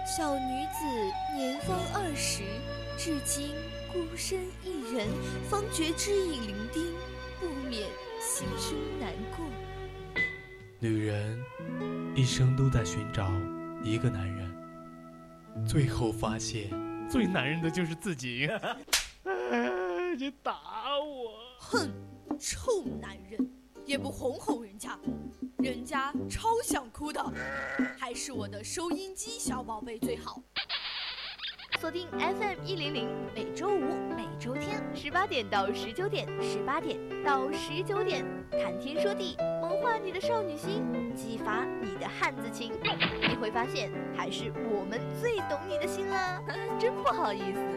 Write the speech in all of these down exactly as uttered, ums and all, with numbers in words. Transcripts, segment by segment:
小女子年方二十，至今孤身一人，方觉知音伶仃，不免心生难过。 女人一生都在寻找一个男人，最后发现最男人的就是自己。你打我！ 哼，臭男人，也不哄哄人家，人家超想哭的，还是我的收音机小宝贝最好。 锁定 F M 一零零，每周五、每周天十八点到十九点，十八点到十九点，谈天说地，萌化你的少女心，激发你的汉子情。你会发现，还是我们最懂你的心啦，真不好意思。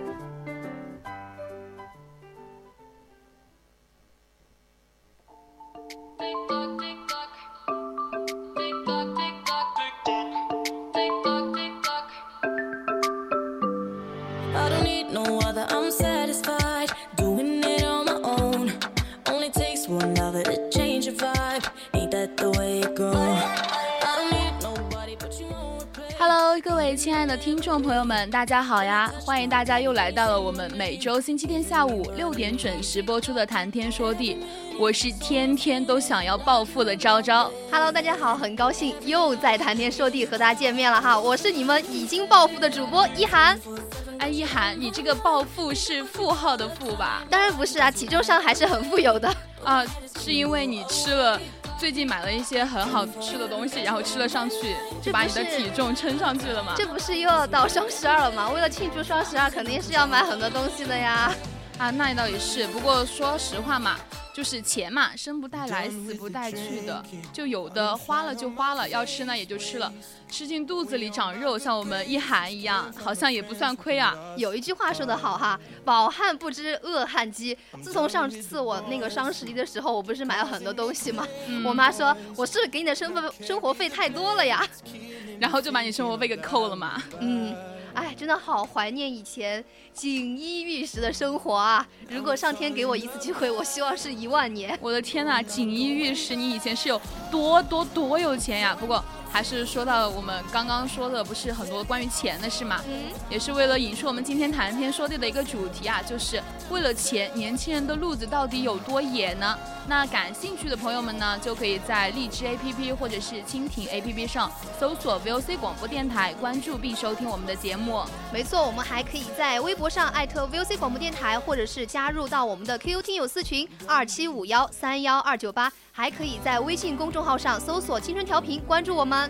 Hello， 各位亲爱的听众朋友们，大家好呀！欢迎大家又来到了我们每周星期天下午六点准时播出的谈天说地。我是天天都想要暴富的昭昭。 Hello， 大家好，很高兴又在谈天说地和大家见面了哈！我是你们已经暴富的主播一涵。 哎，一涵，你这个暴富是富号的富吧？ 当然不是啊，体重上还是很富有的啊，是因为你吃了。最近买了一些很好吃的东西，然后吃了上去，就把你的体重撑上去了吗？ 这不是又要到双十二了吗？为了庆祝双十二，肯定是要买很多东西的呀。 啊，那倒也是。不过说实话嘛，就是钱嘛，生不带来，死不带去的。就有的花了就花了，要吃呢也就吃了，吃进肚子里长肉，像我们一涵一样，好像也不算亏啊。 有一句话说得好哈，饱汉不知饿汉饥。自从上次我那个双十一的时候，我不是买了很多东西吗？嗯、我妈说我是不是给你的生活生活费太多了呀？ 然后就把你生活费给扣了嘛。 嗯。哎，真的好怀念以前锦衣玉食的生活啊！如果上天给我一次机会，我希望是一万年。 我的天哪，锦衣玉食，你以前是有多多多有钱呀！不过还是说到我们刚刚说的，不是很多关于钱的事嘛？嗯，也是为了引出我们今天谈天说地的一个主题啊，就是为了钱，年轻人的路子到底有多野呢？那感兴趣的朋友们呢，就可以在荔枝 A P P 或者是蜻蜓 A P P 上搜索 V O C 广播电台，关注并收听我们的节目。 没错，我们还可以在微博上艾特 V O C 广播电台，或者是加入到我们的 Q Q 听友私群二七五幺三幺二九八，还可以在微信公众号上搜索青春调频，关注我们。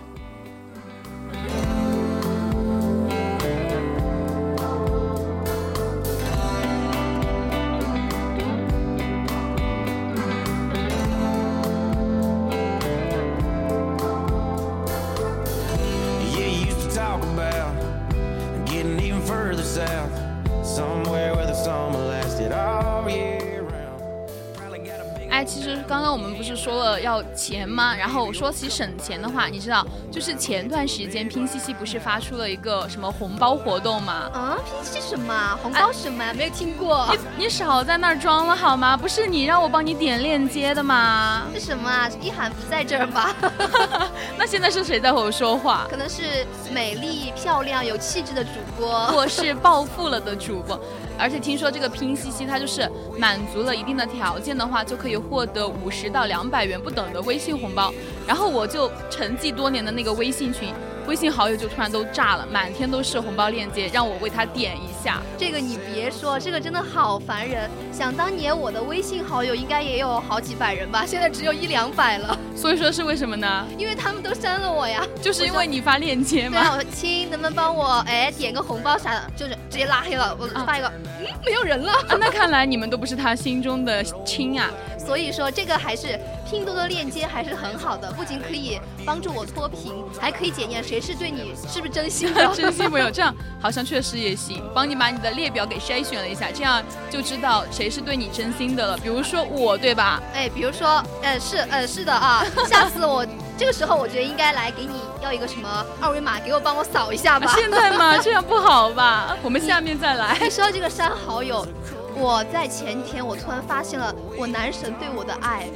哎，其实刚刚我们不是说了要钱吗？然后说起省钱的话，你知道，就是前段时间拼夕夕不是发出了一个什么红包活动吗？ 啊，拼夕夕什么？红包什么？哎、没有听过。 你你少在那儿装了好吗？不是你让我帮你点链接的吗？ 是什么啊？一涵不在这儿吧？ 那现在是谁在和我说话？ 可能是美丽、漂亮、有气质的主播。 我是暴富了的主播。而且听说这个拼夕夕，它就是满足了一定的条件的话，就可以获得五十到两百元不等的微信红包。然后我就沉寂多年的那个微信群，微信好友就突然都炸了，满天都是红包链接，让我为他点一下。 这个你别说，这个真的好烦人。想当年我的微信好友应该也有好几百人吧，现在只有一两百了。 所以说是为什么呢？ 因为他们都删了我呀。 就是因为你发链接吗？ 对啊，我亲，能不能帮我哎点个红包啥的，就是直接拉黑了。我发一个，啊、嗯，没有人了、 啊。那看来你们都不是他心中的亲啊。 所以说这个还是拼多多链接还是很好的，不仅可以帮助我脱贫，还可以检验谁是对你是不是真心的。 真心朋友，这样好像确实也行，帮你把你的列表给筛选了一下，这样就知道谁是对你真心的了。比如说我，对吧？ 哎，比如说，呃，是，呃，是的啊。下次我这个时候，我觉得应该来给你要一个什么二维码，给我帮我扫一下吧。 啊、现在吗？这样不好吧？我们下面再来。 说到这个删好友，我在前天我突然发现了我男神对我的爱。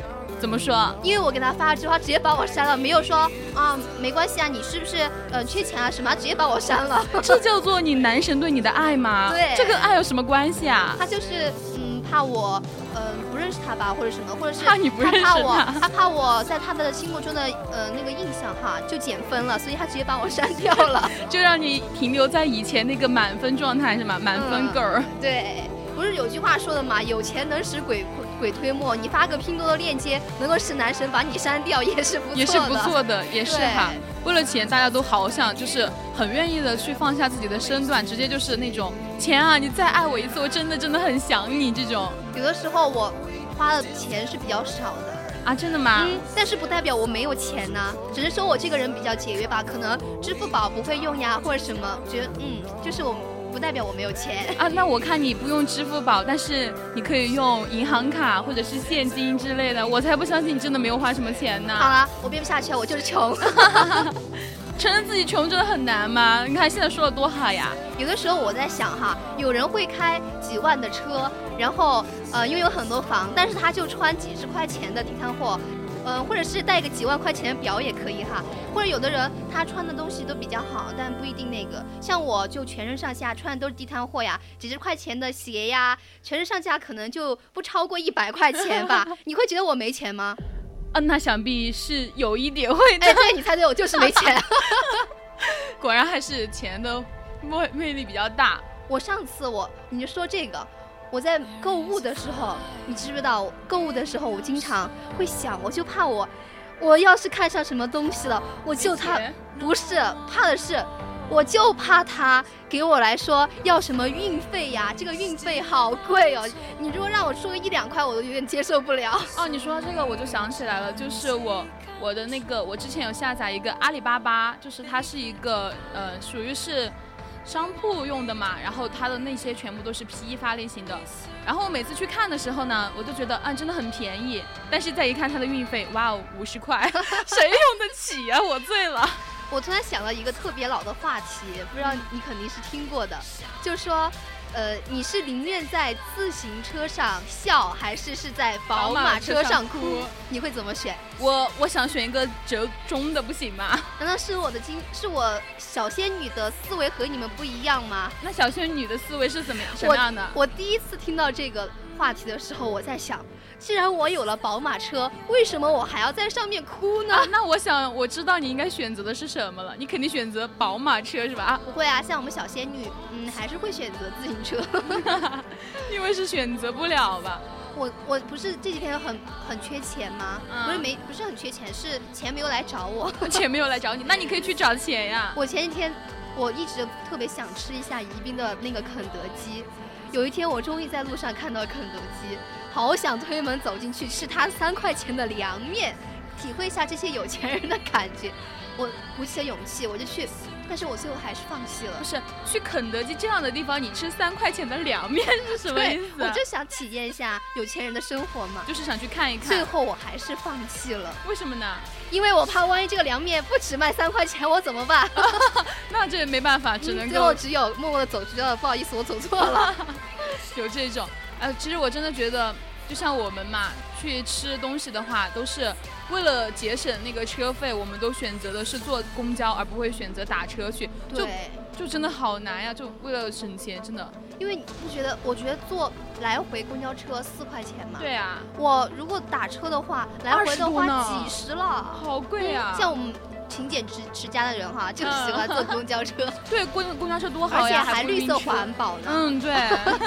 怎么说？ 因为我给他发了之后，他直接把我删了，没有说啊没关系啊，你是不是呃缺钱啊什么，直接把我删了。 这叫做你男神对你的爱吗？ 对， 这跟爱有什么关系啊？ 他就是嗯怕我嗯、呃、不认识他吧，或者什么，或者是怕你不认识他， 他怕我，他怕我在他的心目中的呃那个印象哈就减分了，所以他直接把我删掉了， 就让你停留在以前那个满分状态是吗？满分 girl、嗯。 对，不是有句话说的嘛，有钱能使鬼鬼推磨，你发个拼多多链接能够使男神把你删掉也是不错的， 也是不错的，也是哈。为了钱，大家都好想就是很愿意的去放下自己的身段，直接就是那种钱啊，你再爱我一次，我真的真的很想你这种。 有的时候我花的钱是比较少的啊，真的吗？ 嗯，但是不代表我没有钱呢、啊，只是说我这个人比较节约吧，可能支付宝不会用呀，或者什么，觉得嗯，就是我。不代表我没有钱啊，那我看你不用支付宝，但是你可以用银行卡或者是现金之类的，我才不相信你真的没有花什么钱呢。 好了，我编不下去了，我就是穷。 承认自己穷真的很难吗？你看现在说的多好呀。 有的时候我在想哈，有人会开几万的车，然后呃拥有很多房，但是他就穿几十块钱的地摊货。嗯、呃，或者是带个几万块钱的表也可以哈，或者有的人他穿的东西都比较好，但不一定那个。像我就全身上下穿的都是地摊货呀，几十块钱的鞋呀，全身上下可能就不超过一百块钱吧。你会觉得我没钱吗？ 嗯、啊，那想必是有一点会的。 哎，对，你猜对，我就是没钱。 果然还是钱的魅魅力比较大。 我上次我你就说这个。我在购物的时候，你知不知道？购物的时候，我经常会想，我就怕我，我要是看上什么东西了，我就他不是怕的是，我就怕他给我来说要什么运费呀，这个运费好贵哦。你如果让我说个一两块，我都有点接受不了。 哦，你说到这个我就想起来了，就是我我的那个，我之前有下载一个阿里巴巴，就是它是一个呃，属于是。商铺用的嘛，然后它的那些全部都是批发类型的，然后我每次去看的时候呢，我就觉得啊真的很便宜，但是再一看它的运费，哇哦五十块，谁用得起啊？我醉了。 我突然想了一个特别老的话题，不知道你肯定是听过的，就是说呃，你是宁愿在自行车上笑，还是是在宝马车上哭？哭你会怎么选？ 我我想选一个折中的，不行吗？ 难道是我的经是我小仙女的思维和你们不一样吗？ 那小仙女的思维是怎么什么样的？ 我, 我第一次听到这个话题的时候，我在想，既然我有了宝马车，为什么我还要在上面哭呢？ 啊、那我想我知道你应该选择的是什么了，你肯定选择宝马车是吧？ 不会啊，像我们小仙女，嗯，还是会选择自行车， 因为是选择不了吧。 我我不是这几天很很缺钱吗？嗯、不是没不是很缺钱，是钱没有来找我， 钱没有来找你，那你可以去找钱呀。 我前几天我一直特别想吃一下宜宾的那个肯德基，有一天我终于在路上看到肯德基，好想推门走进去吃它三块钱的凉面，体会一下这些有钱人的感觉。我鼓起了勇气，我就去，但是我最后还是放弃了。 不是去肯德基这样的地方，你吃三块钱的凉面是什么意思？ 我就想体验一下有钱人的生活嘛， 就是想去看一看。 最后我还是放弃了。 为什么呢？ 因为我怕万一这个凉面不只卖三块钱，我怎么办？ 那这也没办法，只能够、嗯、 最后只有默默的走出了，不好意思，我走错了。 有这种，呃，其实我真的觉得，就像我们嘛，去吃东西的话，都是为了节省那个车费，我们都选择的是坐公交，而不会选择打车去。就就真的好难呀！就为了省钱，真的。 因为你不觉得？我觉得坐来回公交车四块钱嘛。 对啊。 我如果打车的话，来回的话几十了， 好贵啊！ 嗯、像我们勤俭持持家的人哈，就喜欢坐公交车。 嗯、对，公公交车多好呀， 而且还绿色环保呢。 嗯，对。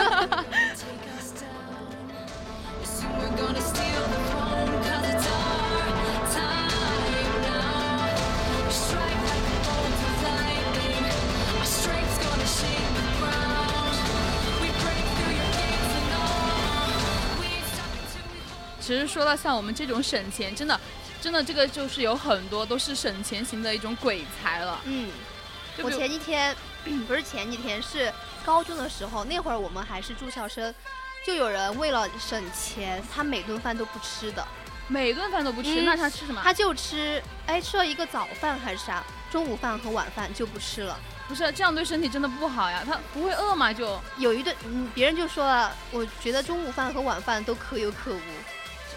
其实说到像我们这种省钱，真的，真的这个就是有很多都是省钱型的一种鬼才了。 嗯，我前几天不是前几天是高中的时候，那会儿我们还是住校生，就有人为了省钱，他每顿饭都不吃的。 每顿饭都不吃、嗯、那他吃什么？ 他就吃，哎，吃了一个早饭还是啥，中午饭和晚饭就不吃了。 不是这样对身体真的不好呀，他不会饿吗？就有一顿，嗯，别人就说了，我觉得中午饭和晚饭都可有可无。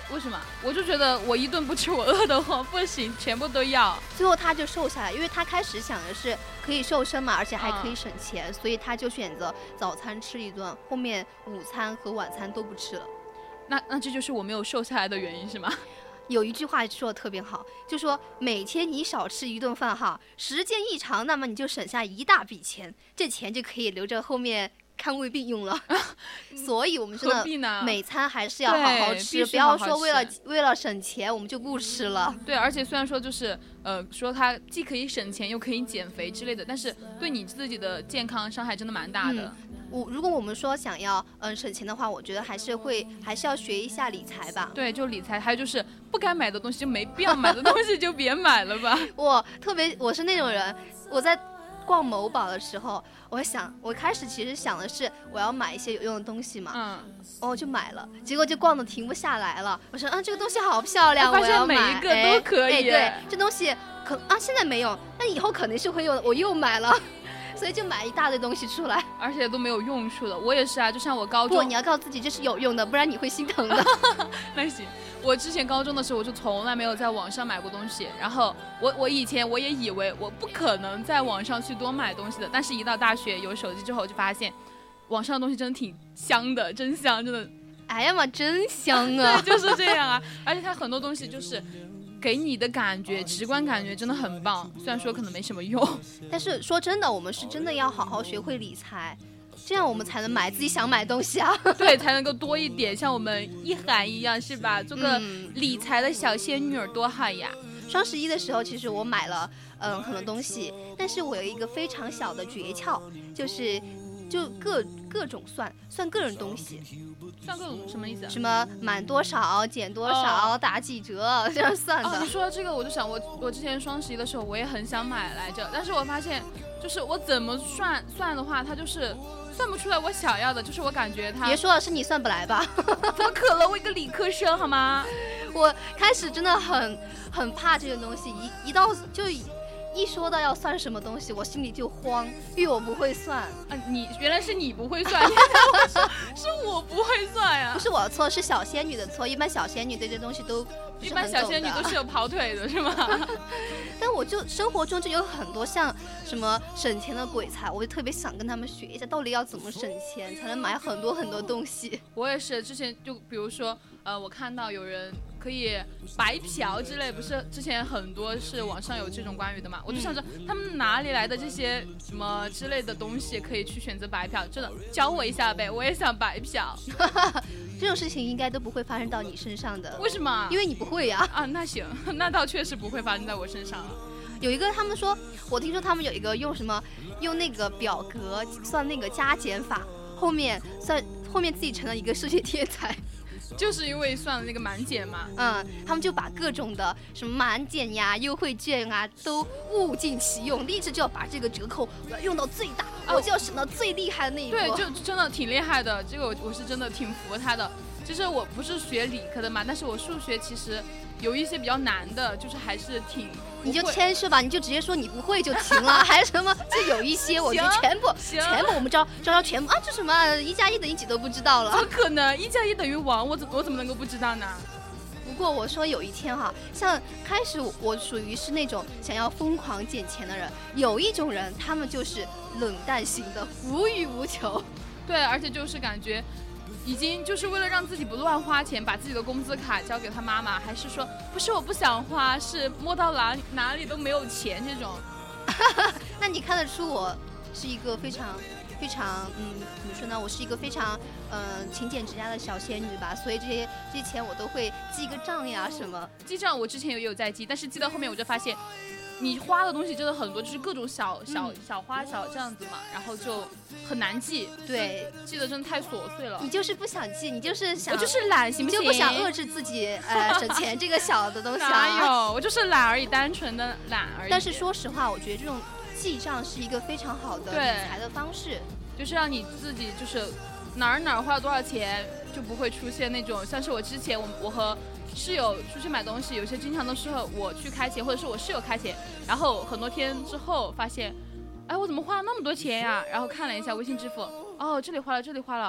为什么？我就觉得我一顿不吃我饿的慌，不行，全部都要。 最后他就瘦下来，因为他开始想的是可以瘦身嘛，而且还可以省钱，嗯、所以他就选择早餐吃一顿，后面午餐和晚餐都不吃了。 那那这就是我没有瘦下来的原因是吗？ 有一句话说的特别好，就说每天你少吃一顿饭哈，时间一长，那么你就省下一大笔钱，这钱就可以留着后面看胃病用了。所以我们真的每餐还是要好好吃，不要说为了为了省钱我们就不吃了。 对，而且虽然说就是呃说它既可以省钱又可以减肥之类的，但是对你自己的健康伤害真的蛮大的。 嗯我如果我们说想要嗯省钱的话，我觉得还是会还是要学一下理财吧。 对，就理财，还有就是不该买的东西就没必要买的东西就别买了吧。 我特别我是那种人，我在逛某宝的时候，我想我开始其实想的是我要买一些有用的东西嘛， 嗯， 我就买了，结果就逛得停不下来了。我说啊这个东西好漂亮， 我要买，发现每一个都可以。 哎哎、对，这东西可啊现在没用，那以后肯定是会用的，我又买了。所以就买一大堆东西出来， 而且都没有用处的。我也是啊，就像我高中， 不，你要告诉自己这是有用的，不然你会心疼的。 那行，我之前高中的时候，我就从来没有在网上买过东西。然后我我以前我也以为我不可能在网上去多买东西的，但是一到大学有手机之后，就发现网上的东西真的挺香的，真香，真的。 哎呀妈，真香啊！ 对，就是这样啊。而且它很多东西就是。给你的感觉直观感觉真的很棒，虽然说可能没什么用， 但是说真的我们是真的要好好学会理财，这样我们才能买自己想买的东西啊。 对，才能够多一点，像我们一涵一样是吧，做个理财的小仙女儿多好呀。 双十一的时候其实我买了嗯很多东西，但是我有一个非常小的诀窍，就是就各各种算算个人东西。 算各种什么意思、啊？ 什么满多少减多少、哦、打几折这样算的、 哦、你说到这个我就想我我之前双十一的时候我也很想买来着，但是我发现就是我怎么算算的话它就是算不出来我想要的，就是我感觉它别说了是你算不来吧。 怎么可能，我一个理科生好吗？ 我开始真的很很怕这个东西，一一到就一说到要算什么东西，我心里就慌，因为我不会算。 啊，你原来是你不会算，我说是我不会算呀、啊。 不是我的错，是小仙女的错。一般小仙女对这东西都不是很懂的， 一般小仙女都是有跑腿的，是吗？ 但我就生活中就有很多像什么省钱的鬼才，我就特别想跟他们学一下，到底要怎么省钱才能买很多很多东西。 我也是，之前就比如说，呃，我看到有人可以白嫖之类，不是之前很多是网上有这种关于的嘛？我就想着他们哪里来的这些什么之类的东西可以去选择白嫖？真的教我一下呗，我也想白嫖。 这种事情应该都不会发生到你身上的。 为什么？ 因为你不会呀。 啊，那行，那倒确实不会发生在我身上。 有一个他们说，我听说他们有一个用什么用那个表格算那个加减法，后面算后面自己成了一个数学天才。 就是因为算了那个满减嘛， 嗯，他们就把各种的什么满减呀、优惠券啊都物尽其用，立志就要把这个折扣我要用到最大，哦、我就要省到最厉害的那一步。 对，就真的挺厉害的，这个我我是真的挺服他的。其实我不是学理科的嘛，但是我数学其实有一些比较难的，就是还是挺。 你就谦虚吧，你就直接说你不会就行了，还什么就有一些我就全部全部我们招招招全部啊，这什么一加一等于几都不知道了。 怎么可能一加一等于王？我怎我怎么能够不知道呢？ 不过我说有一天哈，像开始我属于是那种想要疯狂捡钱的人，有一种人他们就是冷淡型的，无欲无求。 对，而且就是感觉。已经就是为了让自己不乱花钱，把自己的工资卡交给他妈妈，还是说不是我不想花，是摸到哪里哪里都没有钱这种。 那你看得出我是一个非常非常嗯怎么说呢？我是一个非常嗯、呃、勤俭持家的小仙女吧，所以这些这些钱我都会记个账呀什么。 记账我之前也有在记，但是记到后面我就发现。你花的东西真的很多，就是各种小小、嗯、小花小这样子嘛，然后就很难记。 对， 记得真的太琐碎了。 你就是不想记，你就是想， 我就是懒，行不行？ 你就不想遏制自己呃省钱这个小的东西、啊。 哪有？我就是懒而已，单纯的懒而已。 但是说实话，我觉得这种记账是一个非常好的理财的方式， 就是让你自己就是哪儿哪儿花了多少钱，就不会出现那种像是我之前我我和。室友出去买东西，有些经常都是我去开钱，或者是我室友开钱，然后很多天之后发现，哎，我怎么花了那么多钱呀？然后看了一下微信支付，哦，这里花了，这里花了，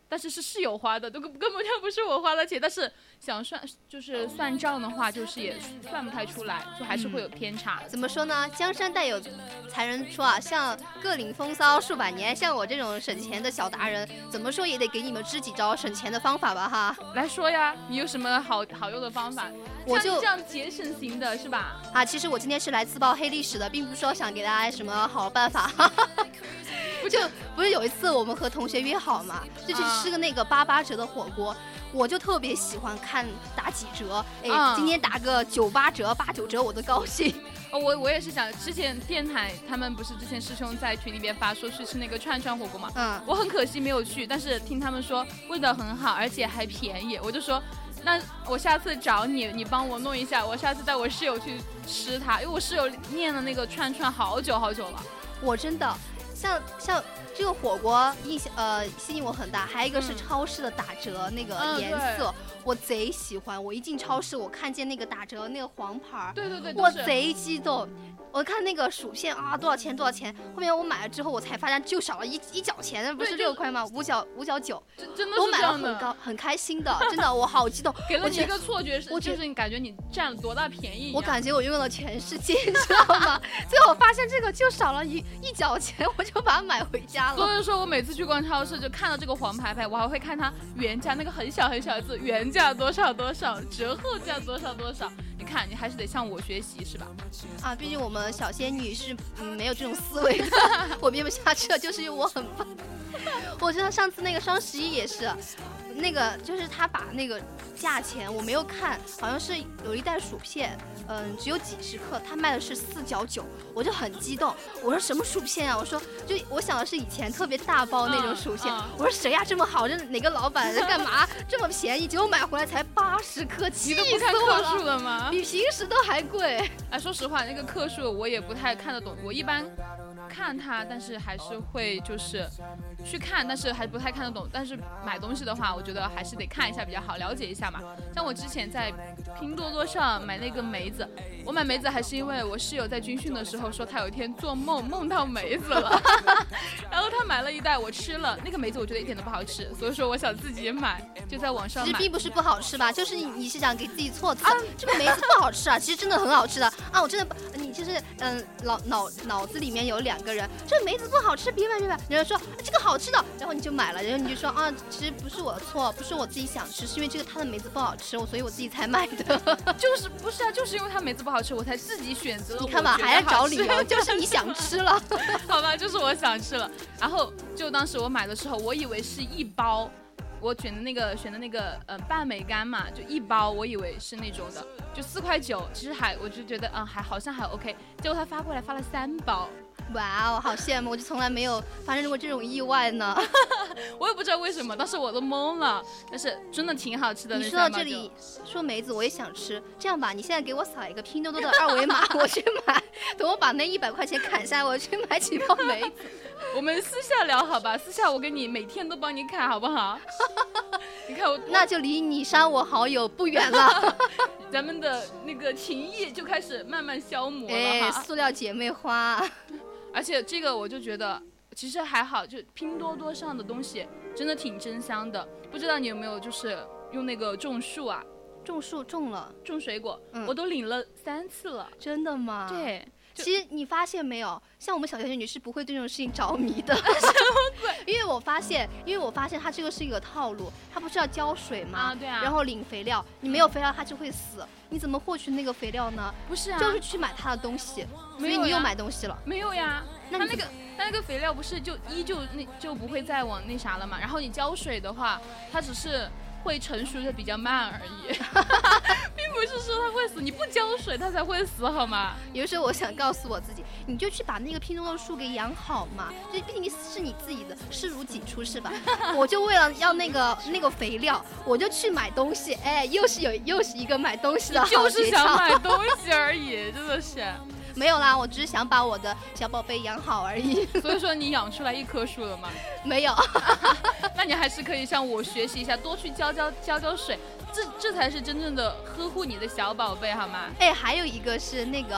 但是是室友花的，都根本就不是我花的钱。但是想算就是算账的话，就是也算不太出来，就还是会有偏差。 嗯、怎么说呢？江山代有才人出啊，像各领风骚数百年，像我这种省钱的小达人，怎么说也得给你们支几招省钱的方法吧哈。 来说呀，你有什么好好用的方法？ 我就这样节省型的是吧？ 啊，其实我今天是来自曝黑历史的，并不是说想给大家什么好办法。不就不是有一次我们和同学约好嘛，就去吃个那个八八折的火锅，我就特别喜欢看打几折，哎，嗯、今天打个九八折、八九折我都高兴。 哦，我我也是想，之前电台他们不是之前师兄在群里边发说去吃那个串串火锅嘛，嗯，我很可惜没有去，但是听他们说味道很好，而且还便宜，我就说。那我下次找你，你帮我弄一下，我下次带我室友去吃它，因为我室友念的那个串串好久好久了。 我真的像像这个火锅印象呃吸引我很大，还有一个是超市的打折、嗯、那个颜色、嗯、我贼喜欢。我一进超市，我看见那个打折那个黄牌， 对对对， 我贼激动。我看那个薯片啊，多少钱多少钱？后面我买了之后，我才发现就少了一一角钱，不是六块吗？五角五角九， 真的是这样的。 我买了很高，很开心的，真的，我好激动。 给了你一个错觉，是就是你感觉你占了多大便宜。 我感觉我拥有了全世界，你知道吗？最后我发现这个就少了一一角钱，我就把它买回家了。 所以说我每次去逛超市，就看到这个黄牌牌，我还会看它原价那个很小很小的字，原价多少多少，折后价多少多少。你看，你还是得向我学习，是吧？ 啊，毕竟我们小仙女是、嗯、没有这种思维的，我编不下去了，就是因为我很笨。我觉得上次那个双十一也是，那个就是他把那个价钱我没有看，好像是有一袋薯片，嗯，只有几十克，他卖的是四角九，我就很激动，我说什么薯片啊？我说就我想的是以前特别大包那种薯片，嗯嗯、我说谁呀、啊、这么好？这哪个老板在干嘛这么便宜？结果买回来才八十克，气死我了！ 你都不看克数了吗？ 比平时都还贵。 哎，说实话，那个克数我也不太看得懂，我一般看它，但是还是会就是去看，但是还不太看得懂。但是买东西的话，我觉得还是得看一下比较好，了解一下嘛。像我之前在拼多多上买那个梅子，我买梅子还是因为我室友在军训的时候说他有一天做梦梦到梅子了，然后他买了一袋，我吃了那个梅子，我觉得一点都不好吃，所以说我想自己买，就在网上买。 其实并不是不好吃吧，就是你你是想给自己措辞、啊，这个梅子不好吃啊，其实真的很好吃的啊，我真的你就是嗯脑脑脑子里面有两个人，这梅子不好吃，别买别买，人家说、啊、这个好吃的，然后你就买了，然后你就说啊，其实不是我的错，不是我自己想吃，是因为这个它的梅子不好吃，我所以我自己才买的。 就是不是啊，就是因为它梅子不好吃，我才自己选择了。 你看吧，还要找理由，就是你想吃了。 好吧，就是我想吃了。然后就当时我买的时候，我以为是一包，我选的那个选的那个呃半梅干嘛，就一包，我以为是那种的，就四块九，其实还我就觉得嗯还好像还 OK， 结果他发过来发了三包。 哇哦，好羡慕！我就从来没有发生过这种意外呢。 我也不知道为什么，当时我都懵了。但是真的挺好吃的。 你说到这里说梅子，我也想吃。这样吧，你现在给我扫一个拼多多的二维码，我去买。等我把那一百块钱砍下，我去买几包梅子。 我们私下聊好吧？私下我给你每天都帮你砍，好不好？你看我， 那就离你删我好友不远了。 咱们的那个情谊就开始慢慢消磨了哈。哎，塑料姐妹花。 而且这个我就觉得其实还好，就拼多多上的东西真的挺真香的。不知道你有没有就是用那个种树啊？ 种树种了， 种水果、嗯、我都领了三次了。 真的吗？ 对。 其实你发现没有，像我们小仙女是不会对这种事情着迷的。 什么鬼？ 因为我发现，因为我发现它这个是一个套路，它不是要浇水吗？ 啊，对啊。 然后领肥料，你没有肥料它就会死。你怎么获取那个肥料呢？ 不是啊， 就是去买它的东西。所以你又买东西了？ 没有呀。那它那个它那个肥料不是就一就那就不会再往那啥了嘛？然后你浇水的话，它只是会成熟的比较慢而已，并不是说它会死，你不浇水它才会死好吗？ 有时候我想告诉我自己，你就去把那个拼多多树给养好嘛，这毕竟是你自己的，视如己出是吧？我就为了要那个那个肥料，我就去买东西，哎，又是有又是一个买东西的好技巧， 就是想买东西而已，真的是。 没有啦，我只是想把我的小宝贝养好而已。 所以说你养出来一棵树了吗？ 没有。 那你还是可以向我学习一下，多去浇浇浇浇水，这这才是真正的呵护你的小宝贝好吗？ 哎，还有一个是那个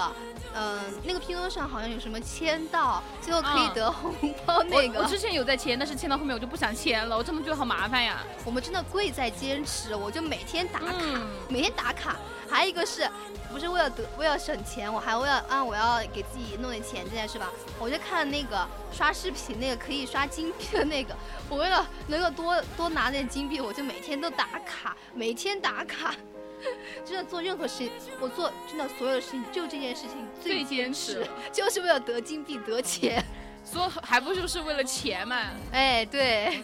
嗯、呃，那个拼多多上好像有什么签到，最后可以得红包那个。 我, 我之前有在签，但是签到后面我就不想签了，我这么觉得好麻烦呀。 我们真的贵在坚持，我就每天打卡，嗯、每天打卡。还有一个是，不是为了得为了省钱，我还为了啊我要给自己弄点钱这件事吧，我就看那个刷视频那个可以刷金币的那个，我为了能够多多拿点金币，我就每天都打卡，每天打卡。真的做任何事情，我做真的所有的事情，就这件事情最坚持，就是为了得金币得钱， 所以还不就是为了钱嘛？ 哎，对。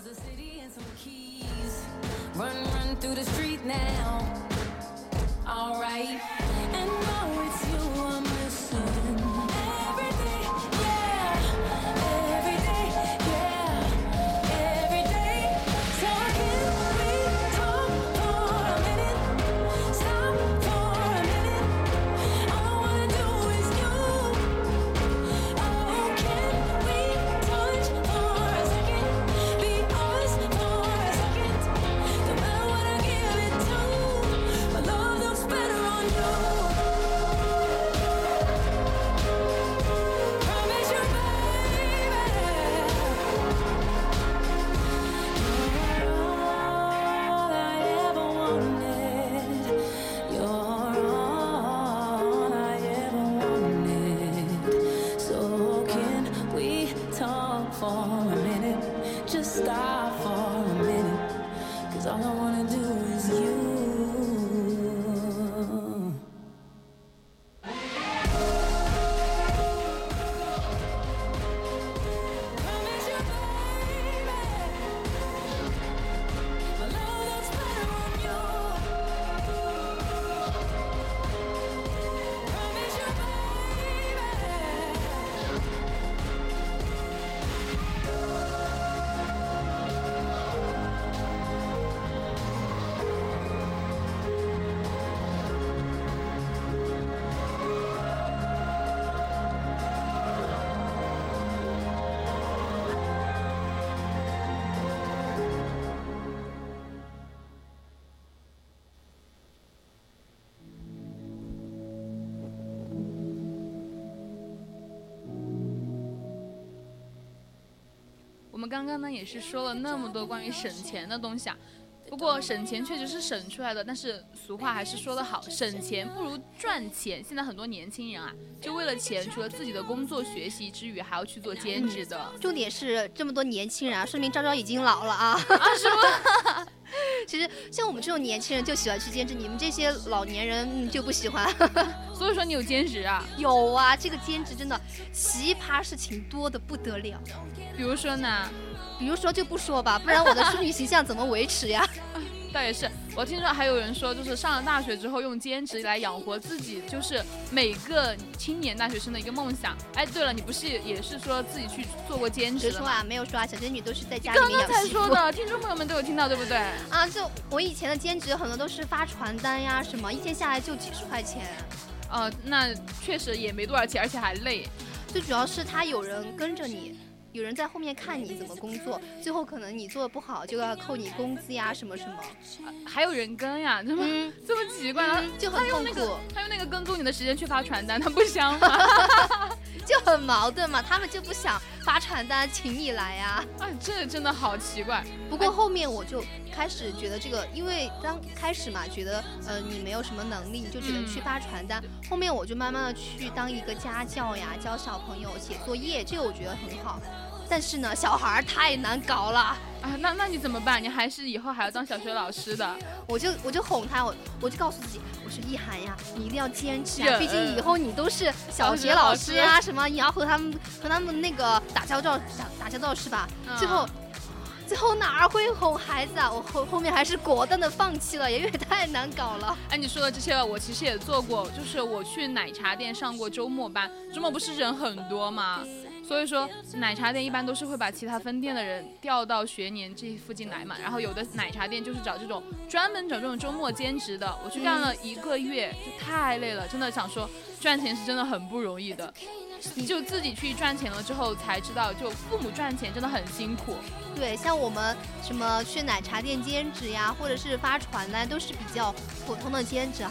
我们刚刚呢也是说了那么多关于省钱的东西啊，不过省钱确实是省出来的，但是俗话还是说得好，省钱不如赚钱。现在很多年轻人啊，就为了钱，除了自己的工作学习之余，还要去做兼职的。 嗯、重点是这么多年轻人啊，说明昭昭已经老了啊。 啊，是吗？ 其实像我们这种年轻人就喜欢去兼职，你们这些老年人就不喜欢。 所以说你有兼职啊？ 有啊，这个兼职真的奇葩事情多得不得了。 比如说呢？ 比如说就不说吧，不然我的淑女形象怎么维持呀？ 倒也是，我听说还有人说，就是上了大学之后用兼职来养活自己，就是每个青年大学生的一个梦想。哎，对了，你不是也是说自己去做过兼职的吗？ 说啊，没有说啊，小仙女都是在家里面养媳妇。 刚刚才说的，听众朋友们都有听到，对不对？ 啊，就我以前的兼职很多都是发传单呀，什么一天下来就几十块钱。 呃，那确实也没多少钱，而且还累。 最主要是他有人跟着你。有人在后面看你怎么工作，最后可能你做的不好就要扣你工资呀什么什么、 啊、还有人跟呀，这么、嗯、这么奇怪、 嗯、就很痛苦。 他用那个他用那个跟踪你的时间去发传单，他不香吗？ 就很矛盾嘛，他们就不想发传单请你来呀、 啊。啊，这真的好奇怪。 不过后面我就开始觉得这个，因为刚开始嘛，觉得呃你没有什么能力，你就只能去发传单、嗯、后面我就慢慢的去当一个家教呀，教小朋友写作业，这个我觉得很好。但是呢，小孩太难搞了啊！ 那那你怎么办？你还是以后还要当小学老师的？ 我就我就哄他，我我就告诉自己，我说意涵呀，你一定要坚持啊！毕竟以后你都是小学老师啊，什么你要和他们和他们那个打交道打打交道是吧？嗯、最后最后哪儿会哄孩子啊？我后后面还是果断的放弃了，因为太难搞了。 哎，你说的这些我其实也做过，就是我去奶茶店上过周末班，周末不是人很多吗？所以说奶茶店一般都是会把其他分店的人调到学年这附近来嘛，然后有的奶茶店就是找这种专门找这种周末兼职的。我去干了一个月，就太累了，真的想说赚钱是真的很不容易的。你就自己去赚钱了之后才知道，就父母赚钱真的很辛苦。 对，像我们什么去奶茶店兼职呀，或者是发传单，都是比较普通的兼职哈。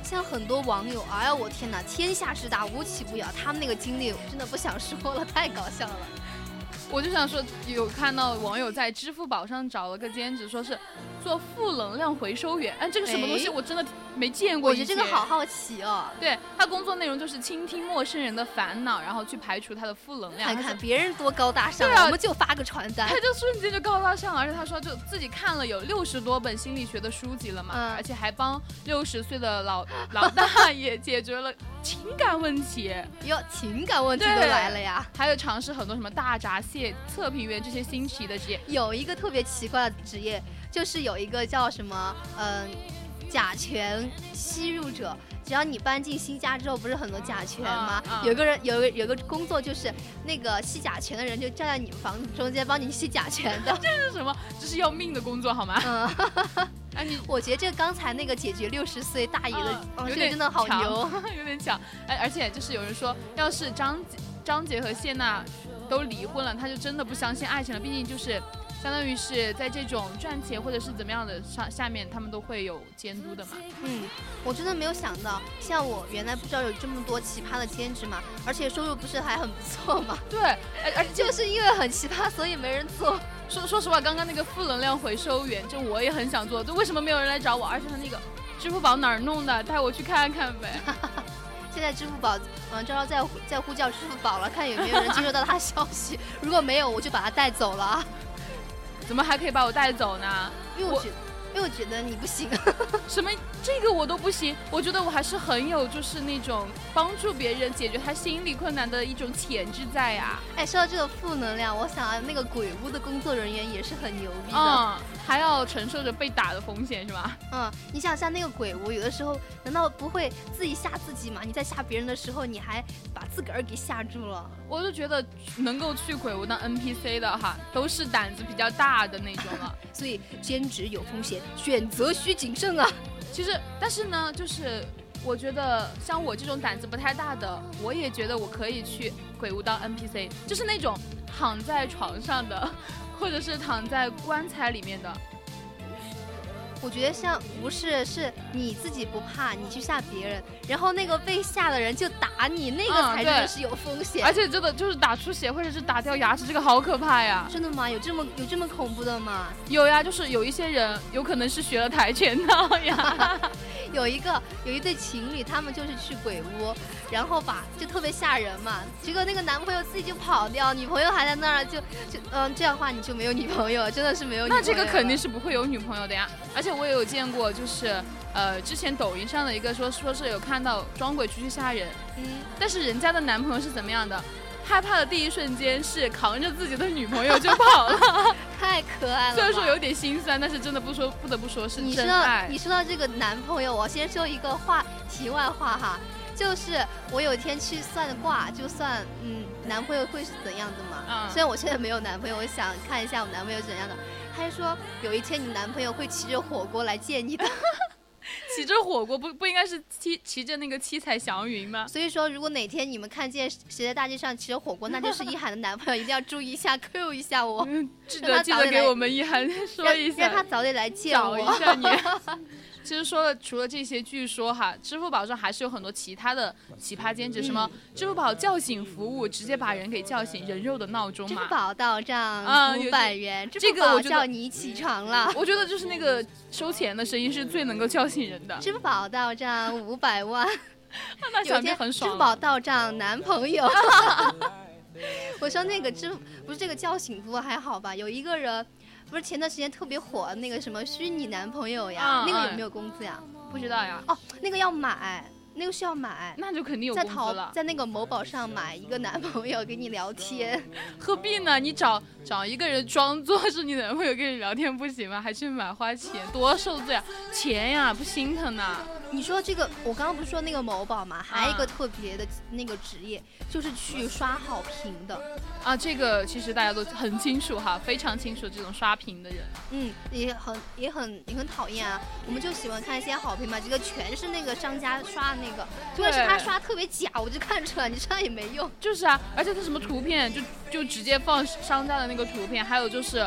像很多网友，哎呀，我天哪，天下之大无奇不有，他们那个经历我真的不想说了，太搞笑了。 我就想说，有看到网友在支付宝上找了个兼职，说是做负能量回收员。哎，这个什么东西我真的没见过。 我觉得这个好好奇哦。 对，他工作内容就是倾听陌生人的烦恼，然后去排除他的负能量。 看看别人多高大上， 对啊， 我们就发个传单， 他就瞬间就高大上。而且他说，就自己看了有六十多本心理学的书籍了嘛，嗯、而且还帮六十岁的老老大爷解决了情感问题。 哟，情感问题都来了呀！ 还有尝试很多什么大闸蟹测评员这些新奇的职业。 有一个特别奇怪的职业，就是有一个叫什么，嗯、呃，甲醛吸入者。只要你搬进新家之后，不是很多甲醛吗？嗯嗯、有个人有个有个工作，就是那个吸甲醛的人就站在你们房子中间帮你吸甲醛的。 这是什么？这是要命的工作好吗？ 嗯，哎，你我觉得这刚才那个解决六十岁大爷的，嗯哦、这个真的好牛， 有点强。哎，而且就是有人说，要是张张杰和谢娜都离婚了，他就真的不相信爱情了。毕竟就是相当于是在这种赚钱或者是怎么样的上下面，他们都会有监督的嘛。 嗯，我真的没有想到，像我原来不知道有这么多奇葩的兼职嘛，而且收入不是还很不错嘛。 对，而且就是因为很奇葩，所以没人做。 说说实话，刚刚那个负能量回收员，就我也很想做，就为什么没有人来找我？而且他那个支付宝哪儿弄的，带我去看看呗。 现在支付宝，嗯，昭昭在在呼叫支付宝了，看有没有人接收到他消息。如果没有，我就把他带走了。 怎么还可以把我带走呢？ 因为我觉得，因为我觉得你不行。 什么？这个我都不行。我觉得我还是很有，就是那种帮助别人解决他心理困难的一种潜质在呀、啊。 哎，说到这个负能量，我想那个鬼屋的工作人员也是很牛逼的。 嗯，还要承受着被打的风险是吧？ 嗯，你想像那个鬼屋，有的时候难道不会自己吓自己吗？你在吓别人的时候，你还把自个儿给吓住了。 我就觉得能够去鬼屋当 N P C 的哈，都是胆子比较大的那种了。 所以兼职有风险，选择需谨慎啊。 其实，但是呢，就是我觉得像我这种胆子不太大的，我也觉得我可以去鬼屋当 N P C， 就是那种躺在床上的，或者是躺在棺材里面的。 我觉得像不是是你自己不怕，你去吓别人，然后那个被吓的人就打你，那个才真的是有风险、 嗯、而且真的就是打出血或者是打掉牙齿，这个好可怕呀！ 真的吗？有这么有这么恐怖的吗？ 有呀，就是有一些人有可能是学了跆拳道呀。 有一个有一对情侣，他们就是去鬼屋，然后把就特别吓人嘛，结果那个男朋友自己就跑掉，女朋友还在那儿，就就嗯这样的话你就没有女朋友，真的是没有女朋友。 那这个肯定是不会有女朋友的呀，而且我也有见过，就是呃之前抖音上的一个说说是有看到装鬼出去吓人，嗯，但是人家的男朋友是怎么样的？害怕的第一瞬间是扛着自己的女朋友就跑了， 太可爱了。 虽然说有点心酸，但是真的不说不得不说是真爱。 你说到这个男朋友，我先说一个话题外话哈，就是我有一天去算卦，就算嗯男朋友会是怎样的嘛。嗯。虽然我现在没有男朋友，我想看一下我男朋友是怎样的。他说有一天你男朋友会骑着火锅来见你的。 骑着火锅不不应该是骑骑着那个七彩祥云吗？ 所以说，如果哪天你们看见谁在大街上骑着火锅，那就是一涵的男朋友，一定要注意一下 ，Q 一下我， 嗯、记得记得给我们一涵说一下， 让他早点来见我， 找一下你。其实说了，除了这些，据说哈，支付宝上还是有很多其他的奇葩兼职，嗯、什么支付宝叫醒服务，直接把人给叫醒，人肉的闹钟嘛。 支付宝到账五百元， 这个我叫你起床了。 我觉得就是那个收钱的声音是最能够叫醒人的。 支付宝到账五百万， 那想必很爽。 支付宝到账男朋友。我说那个支付不是这个叫醒服务还好吧？有一个人。不是前段时间特别火那个什么虚拟男朋友呀、嗯，那个有没有工资呀？ 不知道呀。 哦，那个要买，那个是要买， 那就肯定有工资了。 在那个某宝上买一个男朋友给你聊天， 何必呢？你找找一个人装作是你男朋友跟你聊天不行吗？还去买花钱，多受罪啊！钱呀，不心疼呐。 你说这个，我刚刚不是说那个某宝嘛，还有一个特别的那个职业，啊、就是去刷好评的。 啊，这个其实大家都很清楚哈，非常清楚这种刷屏的人。 嗯，也很也很也很讨厌啊。我们就喜欢看一些好评嘛，这个全是那个商家刷的那个，主要是他刷特别假，我就看出来，你刷也没用。 就是啊，而且他什么图片就就直接放商家的那个图片，还有就是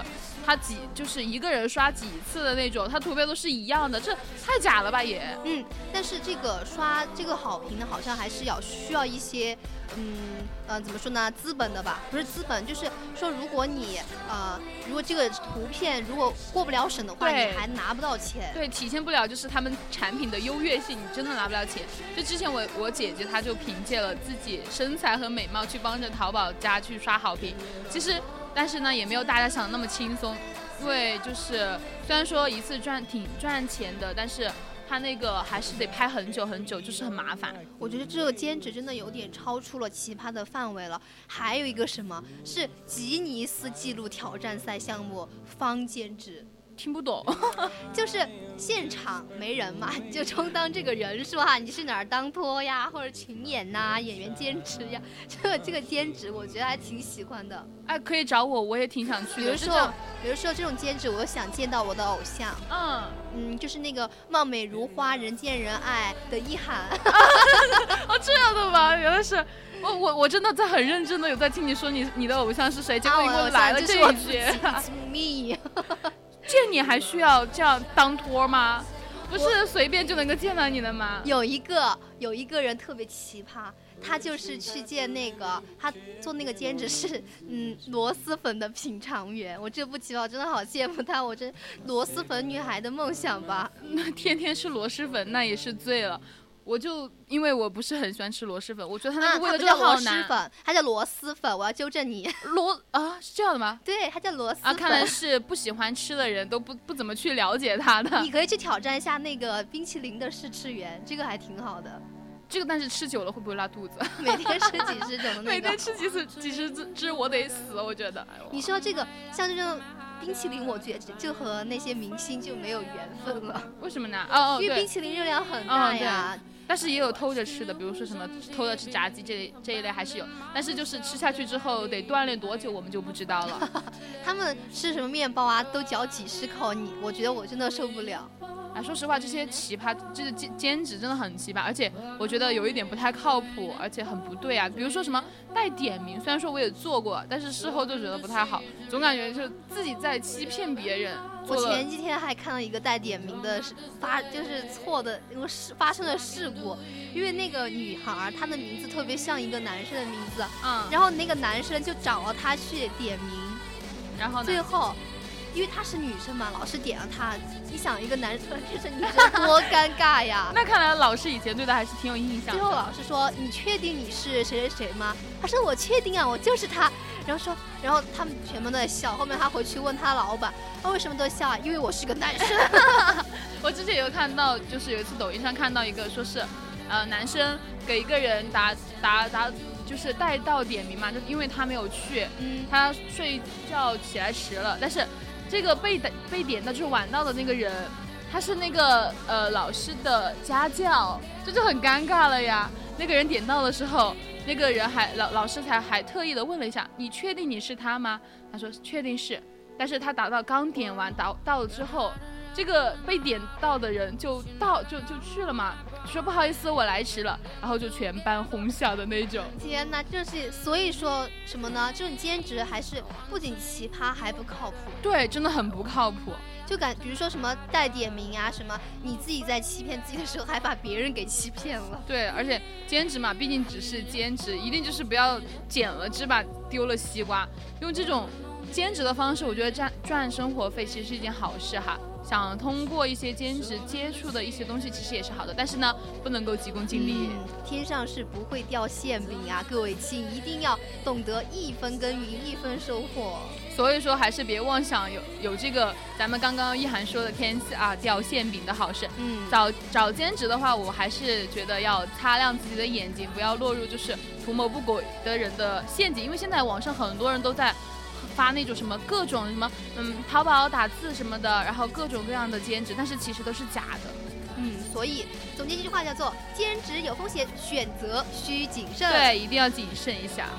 他几就是一个人刷几次的那种，他图片都是一样的，这太假了吧也。 嗯，但是这个刷这个好评呢，好像还是要需要一些，嗯呃怎么说呢，资本的吧？不是资本，就是说如果你呃如果这个图片如果过不了审的话，你还拿不到钱。 对，体现不了就是他们产品的优越性，你真的拿不了钱。就之前我我姐姐她就凭借了自己身材和美貌去帮着淘宝家去刷好评，其实但是呢也没有大家想的那么轻松，因为就是虽然说一次赚挺赚钱的，但是他那个还是得拍很久很久，就是很麻烦。 我觉得这个兼职真的有点超出了奇葩的范围了。还有一个什么是吉尼斯纪录挑战赛项目方兼职， 听不懂。 就是现场没人嘛，你就充当这个人是吧？你是哪儿当托呀，或者群演呐、啊、演员兼职呀？这个这个兼职我觉得还挺喜欢的。 哎，可以找我，我也挺想去的。 比如说，比如说这种兼职，我想见到我的偶像。 嗯嗯，就是那个貌美如花、人见人爱的一涵。 哦，这样的吗？原来是。我我我真的在很认真的有在听你说你你的偶像是谁，结果你给我来了这一句。 It's me。 见你还需要这样当托吗？不是随便就能够见到你的吗？ 有一个有一个人特别奇葩，他就是去见那个他做那个兼职是嗯螺蛳粉的品尝员。我这不奇葩，我真的好羡慕他，我真螺蛳粉女孩的梦想吧。 那天天吃螺蛳粉那也是醉了。我就因为我不是很喜欢吃螺蛳粉，我觉得它那个味道真的好难。 它不叫螺蛳粉，它叫螺蛳粉，我要纠正你。 螺啊，是这样的吗？ 对，它叫螺蛳粉。 啊，看来是不喜欢吃的人都不不怎么去了解它的。 你可以去挑战一下那个冰淇淋的试吃员，这个还挺好的。 这个但是吃久了会不会拉肚子？ 每天吃几十种的那个。 每天吃几次几十只，我得死，我觉得。哎、 你说这个像这种。冰淇淋我觉得就和那些明星就没有缘分了。 为什么呢？哦哦， 因为冰淇淋热量很大呀。 哦、但是也有偷着吃的，比如说什么偷着吃炸鸡这这一类还是有，但是就是吃下去之后得锻炼多久我们就不知道了。 他们吃什么面包啊，都嚼几十口，你我觉得我真的受不了。 啊，说实话，这些奇葩就是兼兼职真的很奇葩，而且我觉得有一点不太靠谱，而且很不对啊。比如说什么带点名，虽然说我也做过，但是事后就觉得不太好，总感觉就是自己在欺骗别人。 我前几天还看到一个带点名的发，就是错的，因为发生了事故，因为那个女孩她的名字特别像一个男生的名字， 嗯， 然后那个男生就找了她去点名， 然后呢， 最后。因为她是女生嘛，老师点了她，你想一个男生变成女生多尴尬呀！ 那看来老师以前对她还是挺有印象的。 最后老师说：“你确定你是谁谁谁吗？”她说：“我确定啊，我就是他。”然后说，然后他们全部都在笑。后面他回去问他老板：“他为什么都笑啊？因为我是个男生。” 我之前有看到，就是有一次抖音上看到一个说是，呃，男生给一个人打打打。就是带到点名嘛，就因为他没有去， 嗯， 他睡觉起来迟了，但是这个被被点到就是晚到的那个人，他是那个呃老师的家教，这就很尴尬了呀。那个人点到的时候，那个人还老老师才还特意的问了一下，你确定你是他吗？他说确定是，但是他打到刚点完到到了之后，这个被点到的人就到就就去了嘛。说不好意思，我来迟了，然后就全班哄笑的那种。 天哪，就是所以说什么呢？这种兼职还是不仅奇葩，还不靠谱。 对，真的很不靠谱。 就感比如说什么带点名啊，什么你自己在欺骗自己的时候，还把别人给欺骗了。 对，而且兼职嘛，毕竟只是兼职，一定就是不要捡了芝麻丢了西瓜。用这种兼职的方式，我觉得赚赚生活费其实是一件好事哈。想通过一些兼职接触的一些东西，其实也是好的，但是呢，不能够急功近利。 嗯、天上是不会掉馅饼呀、啊，各位亲一定要懂得一分耕耘一分收获。 所以说，还是别妄想有有这个咱们刚刚一涵说的天啊掉馅饼的好事。 嗯， 找找兼职的话，我还是觉得要擦亮自己的眼睛，不要落入就是图谋不轨的人的陷阱，因为现在网上很多人都在。发那种什么各种什么嗯淘宝打字什么的，然后各种各样的兼职，但是其实都是假的。 嗯，所以总结这句话叫做兼职有风险，选择需谨慎。 对，一定要谨慎一下。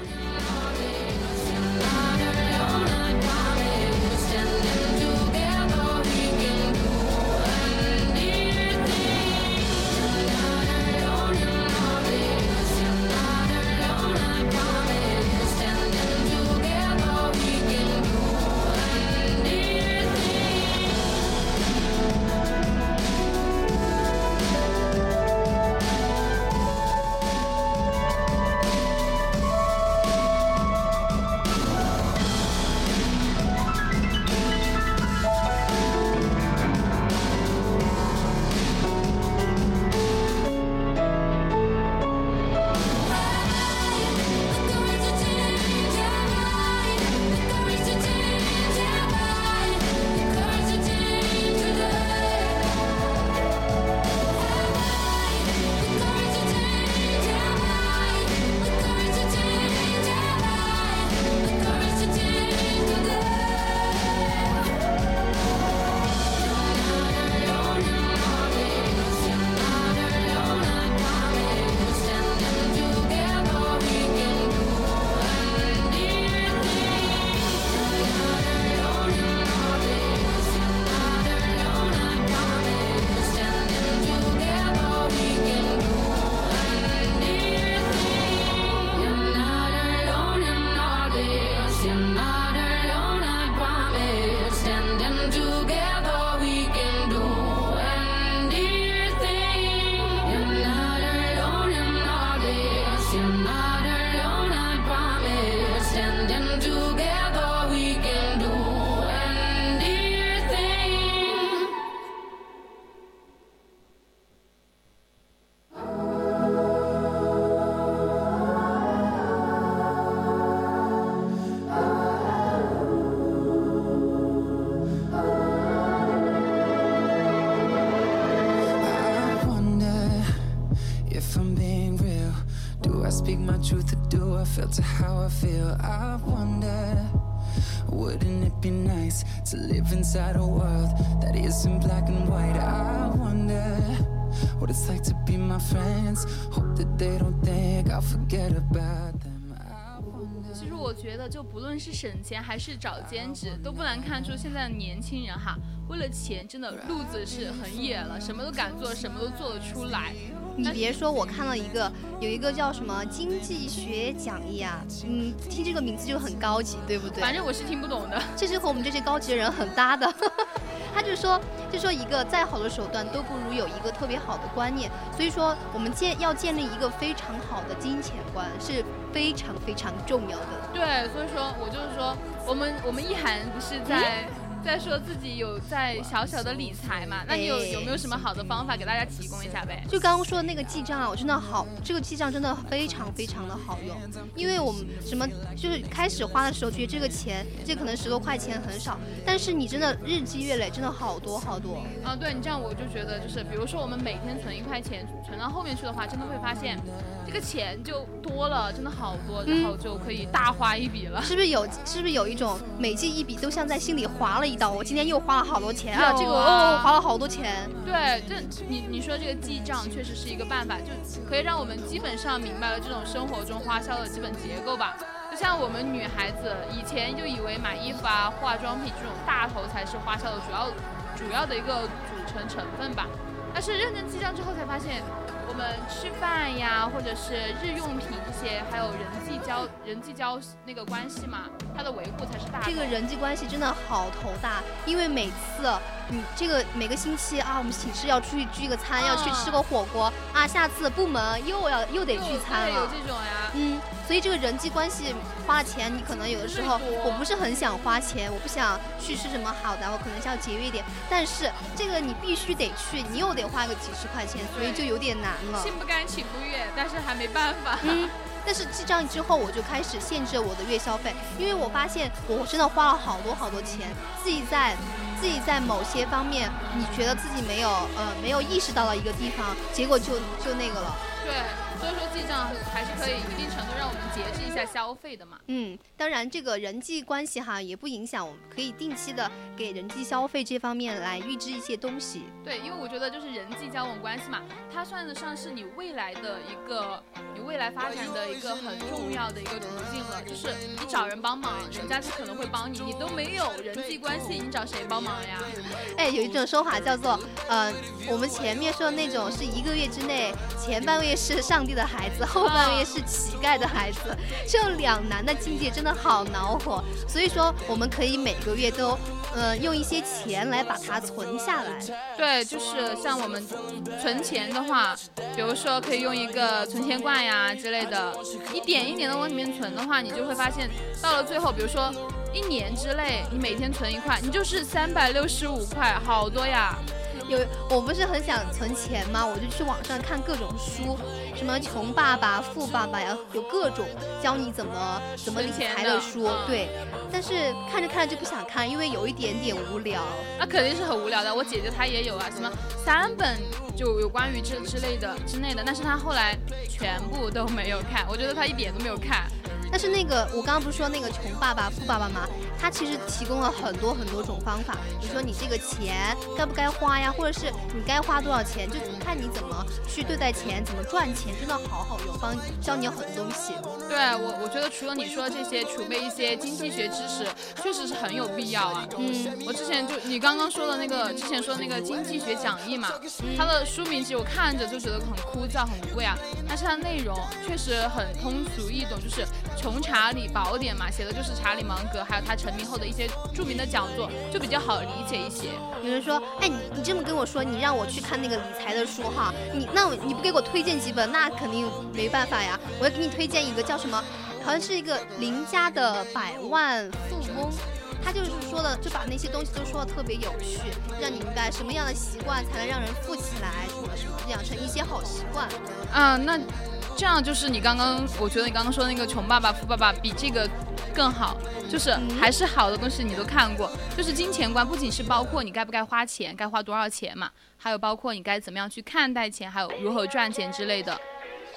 felt to how I feel. I wonder, wouldn't it be nice to live inside a world that isn't black and white? I wonder what it's like to be my friends. Hope that they don't think I'll forget about them. 其实我觉得就不论是省钱还是找兼职，都不难看出现在的年轻人哈，为了钱真的路子是很野了，什么都敢做，什么都做得出来。 你别说，我看了一个有一个叫什么经济学讲义啊，嗯，听这个名字就很高级，对不对？ 反正我是听不懂的， 这是和我们这些高级的人很搭的。他就说，就说一个再好的手段都不如有一个特别好的观念，所以说我们建要建立一个非常好的金钱观是非常非常重要的。 对，所以说我就是说，我们我们一涵不是在。嗯再说自己有在小小的理财嘛，那你有有没有什么好的方法给大家提供一下呗？ 就刚刚说的那个记账啊，我真的好，这个记账真的非常非常的好用，因为我们什么就是开始花的时候觉得这个钱，这可能十多块钱很少，但是你真的日积月累，真的好多好多。 啊，对你这样我就觉得就是，比如说我们每天存一块钱，存到后面去的话，真的会发现这个钱就多了，真的好多，然后就可以大花一笔了。 是不是有？是不是有一种每记一笔都像在心里划了一刀？我今天又花了好多钱啊！这个哦，花了好多钱。 对，这你你说这个记账确实是一个办法，就可以让我们基本上明白了这种生活中花销的基本结构吧。就像我们女孩子以前就以为买衣服啊、化妆品这种大头才是花销的主要主要的一个组成成分吧，但是认真记账之后才发现。我们吃饭呀，或者是日用品这些，还有人际交人际交那个关系嘛，它的维护才是大。 这个人际关系真的好头大，因为每次你这个每个星期啊，我们寝室要出去聚个餐，嗯、要去吃个火锅啊，下次部门又要又得聚餐了， 有这种呀。 嗯，所以这个人际关系花了钱，你可能有的时候我不是很想花钱，我不想去吃什么好的，我可能是要节约一点，但是这个你必须得去，你又得花个几十块钱，所以就有点难。 心不甘情不愿，但是还没办法。 嗯，但是记账之后，我就开始限制我的月消费，因为我发现我真的花了好多好多钱，自己在自己在某些方面，你觉得自己没有呃没有意识到了一个地方，结果就就那个了。 对，所以说记账还是可以一定程度让我们节制一下消费的嘛。 嗯，当然这个人际关系哈也不影响，我们可以定期的给人际消费这方面来预支一些东西。 对，因为我觉得就是人际交往关系嘛，它算得上是你未来的一个你未来发展的一个很重要的一个途径了。就是你找人帮忙，人家就可能会帮你，你都没有人际关系，你找谁帮忙呀？ 哎，有一种说法叫做，呃，我们前面说的那种是一个月之内，前半个月是上帝的孩子，后半个月是乞丐的孩子，这种两难的境界真的好恼火。所以说，我们可以每个月都，呃，用一些钱来把它存下来。 对，就是像我们存钱的话，比如说可以用一个存钱罐呀之类的，一点一点的往里面存的话，你就会发现到了最后，比如说一年之内，你每天存一块，你就是三百六十五块，好多呀。 有，我不是很想存钱吗？我就去网上看各种书，什么穷爸爸、富爸爸呀，有各种教你怎么怎么理财的书。 的对，但是看着看着就不想看，因为有一点点无聊。 那肯定是很无聊的。我姐姐她也有啊，什么三本就有关于这之类的之类的，但是她后来全部都没有看，我觉得她一点都没有看。 但是那个我刚刚不是说那个穷爸爸富爸爸吗？他其实提供了很多很多种方法，比如说你这个钱该不该花呀，或者是你该花多少钱，就看你怎么去对待钱，怎么赚钱，真的好好用，帮教你很多东西。 对我，我觉得除了你说的这些，储备一些经济学知识，确实是很有必要啊。嗯，我之前就你刚刚说的那个，之前说的那个经济学讲义嘛，它的书名其实我看着就觉得很枯燥、很无味啊，但是它内容确实很通俗易懂，就是穷查理宝典嘛，写的就是查理芒格，还有他成名后的一些著名的讲座，就比较好理解一些。 有人说，哎，你你这么跟我说，你让我去看那个理财的书哈，你那你不给我推荐几本，那肯定没办法呀。我要给你推荐一个叫什么，好像是一个林家的百万富翁。他就是说的，就把那些东西都说的特别有趣，让你明白什么样的习惯才能让人富起来，什么什么，养成一些好习惯。 啊，那这样就是你刚刚，我觉得你刚刚说的那个穷爸爸富爸爸比这个更好，就是还是好的东西你都看过。就是金钱观不仅是包括你该不该花钱，该花多少钱嘛，还有包括你该怎么样去看待钱，还有如何赚钱之类的。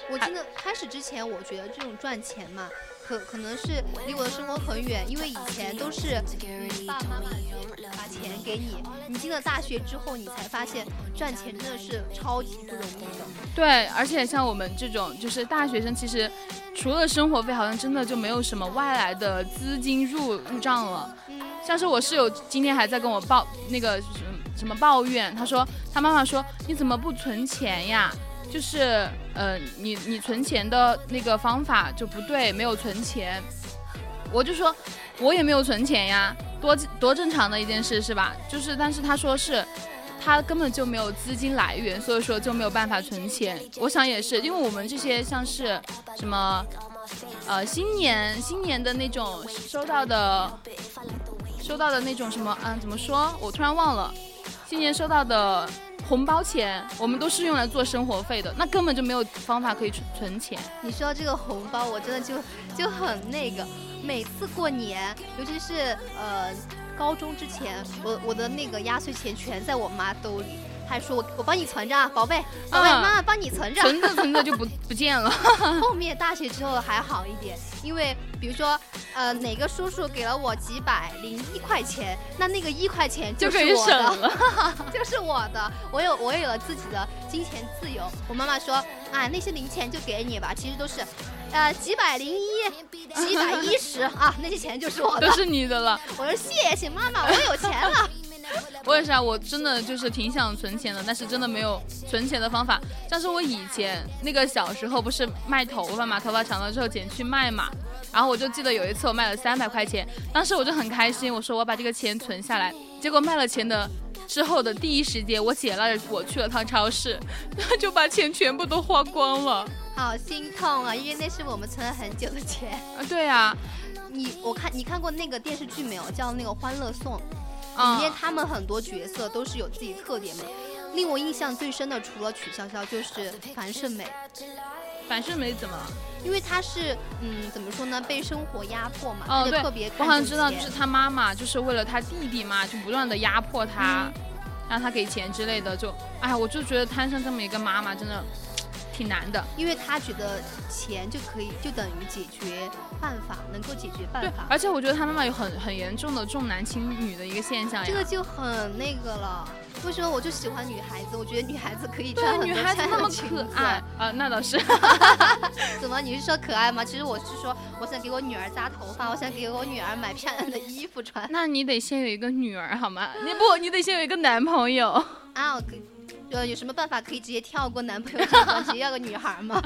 我真的开始之前，我觉得这种赚钱嘛，可可能是离我的生活很远，因为以前都是你爸妈把钱给你，你进了大学之后，你才发现赚钱真的是超级不容易的。 对，而且像我们这种就是大学生，其实除了生活费，好像真的就没有什么外来的资金入入账了。像是我室友今天还在跟我抱那个什么抱怨，他说他妈妈说你怎么不存钱呀？就是呃你你存钱的那个方法就不对，没有存钱。我就说我也没有存钱呀，多多正常的一件事是吧？就是但是他说是他根本就没有资金来源，所以说就没有办法存钱。我想也是，因为我们这些像是什么呃新年新年的那种收到的收到的那种什么嗯怎么说我突然忘了，新年收到的红包钱我们都是用来做生活费的，那根本就没有方法可以存钱。 你说这个红包我真的就就很那个，每次过年尤其是呃高中之前，我我的那个压岁钱全在我妈兜里，她还说我我帮你存着啊，宝贝宝贝、嗯、妈妈帮你存着， 存着存着就不不见了。 后面大学之后还好一点，因为比如说呃哪个叔叔给了我几百零一块钱，那那个一块钱就是我的，就可以省了就是我的，我有我有了自己的金钱自由。我妈妈说啊那些零钱就给你吧，其实都是呃几百零一几百一十啊，那些钱就是我的， 都是你的了。 我说谢谢妈妈，我有钱了。 我也是啊，我真的就是挺想存钱的，但是真的没有存钱的方法。像是我以前那个小时候不是卖头发嘛，头发长了之后剪去卖嘛，然后我就记得有一次我卖了三百块钱，当时我就很开心，我说我把这个钱存下来，结果卖了钱的之后的第一时间，我姐拉着我去了趟超市，就把钱全部都花光了， 好心痛啊，因为那是我们存了很久的钱啊。对啊， 你我看你看过那个电视剧没有，叫那个《欢乐颂》，里面他们很多角色都是有自己特点嘛。令我印象最深的除了曲筱绡就是樊胜美。 樊胜美怎么了？ 因为她是嗯怎么说呢，被生活压迫嘛， 哦对， 特别看重钱。 我好像知道，就是她妈妈就是为了她弟弟嘛，就不断的压迫她、嗯、让她给钱之类的，就哎，我就觉得摊上这么一个妈妈真的挺难的， 因为她觉得钱就可以就等于解决办法，能够解决办法。 而且我觉得她妈妈有很很严重的重男轻女的一个现象呀， 这个就很那个了。为什么我就喜欢女孩子？我觉得女孩子可以穿很多女孩子那么可爱啊、呃，那倒是。 怎么？你是说可爱吗？其实我是说，我想给我女儿扎头发，我想给我女儿买漂亮的衣服穿。 那你得先有一个女儿好吗？你不，你得先有一个男朋友啊。呃，有什么办法可以直接跳过男朋友这关，直接要个女孩吗？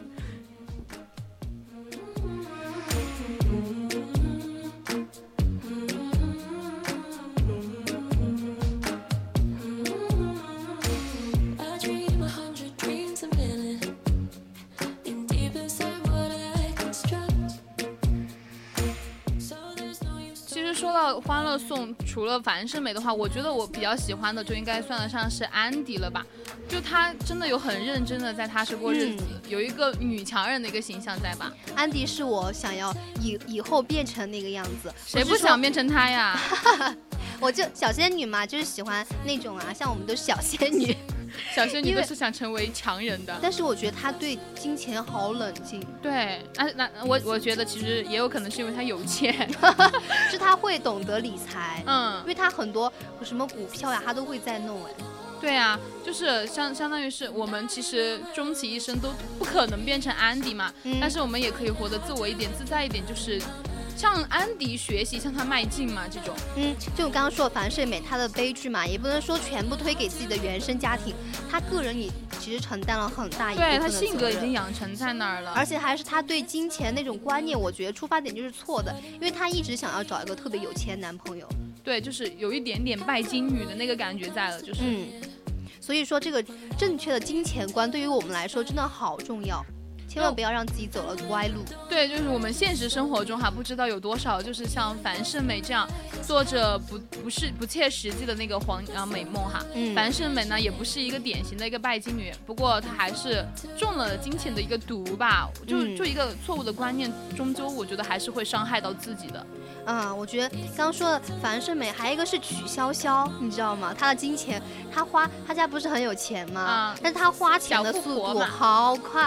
说到欢乐颂，除了樊胜美的话，我觉得我比较喜欢的就应该算得上是安迪了吧。就她真的有很认真的在踏实过日子、嗯，有一个女强人的一个形象在吧。 安迪是我想要以以后变成那个样子， 谁不想变成她呀？ 我就小仙女嘛，就是喜欢那种啊，像我们都是小仙女。 小仙女都是想成为强人的， 但是我觉得她对金钱好冷静。 对，那那我我觉得其实也有可能是因为她有钱， 是她会懂得理财。 嗯， 因为她很多什么股票呀，她都会在弄哎。 对啊，就是相相当于是我们其实终其一生都不可能变成安迪嘛、嗯，但是我们也可以活得自我一点、自在一点，就是向安迪学习，向他迈进嘛，这种。 嗯，就我刚刚说樊胜美她的悲剧嘛，也不能说全部推给自己的原生家庭，她个人也其实承担了很大一部分的责任。 对，她性格已经养成在那儿了， 而且还是她对金钱那种观念，我觉得出发点就是错的，因为她一直想要找一个特别有钱男朋友。 对，就是有一点点拜金女的那个感觉在了，就是。 嗯，所以说这个正确的金钱观对于我们来说真的好重要。千万不要让自己走了歪路。 对，就是我们现实生活中哈，不知道有多少就是像樊胜美这样做着不不是不切实际的那个黄啊美梦哈。嗯，樊胜美呢也不是一个典型的一个拜金女，不过她还是中了金钱的一个毒吧。就、嗯、就一个错误的观念，终究我觉得还是会伤害到自己的。 嗯，我觉得刚刚说的樊胜美，还有一个是曲筱绡，你知道吗？她的金钱，她花，她家不是很有钱吗？啊，但是她花钱的速度好快。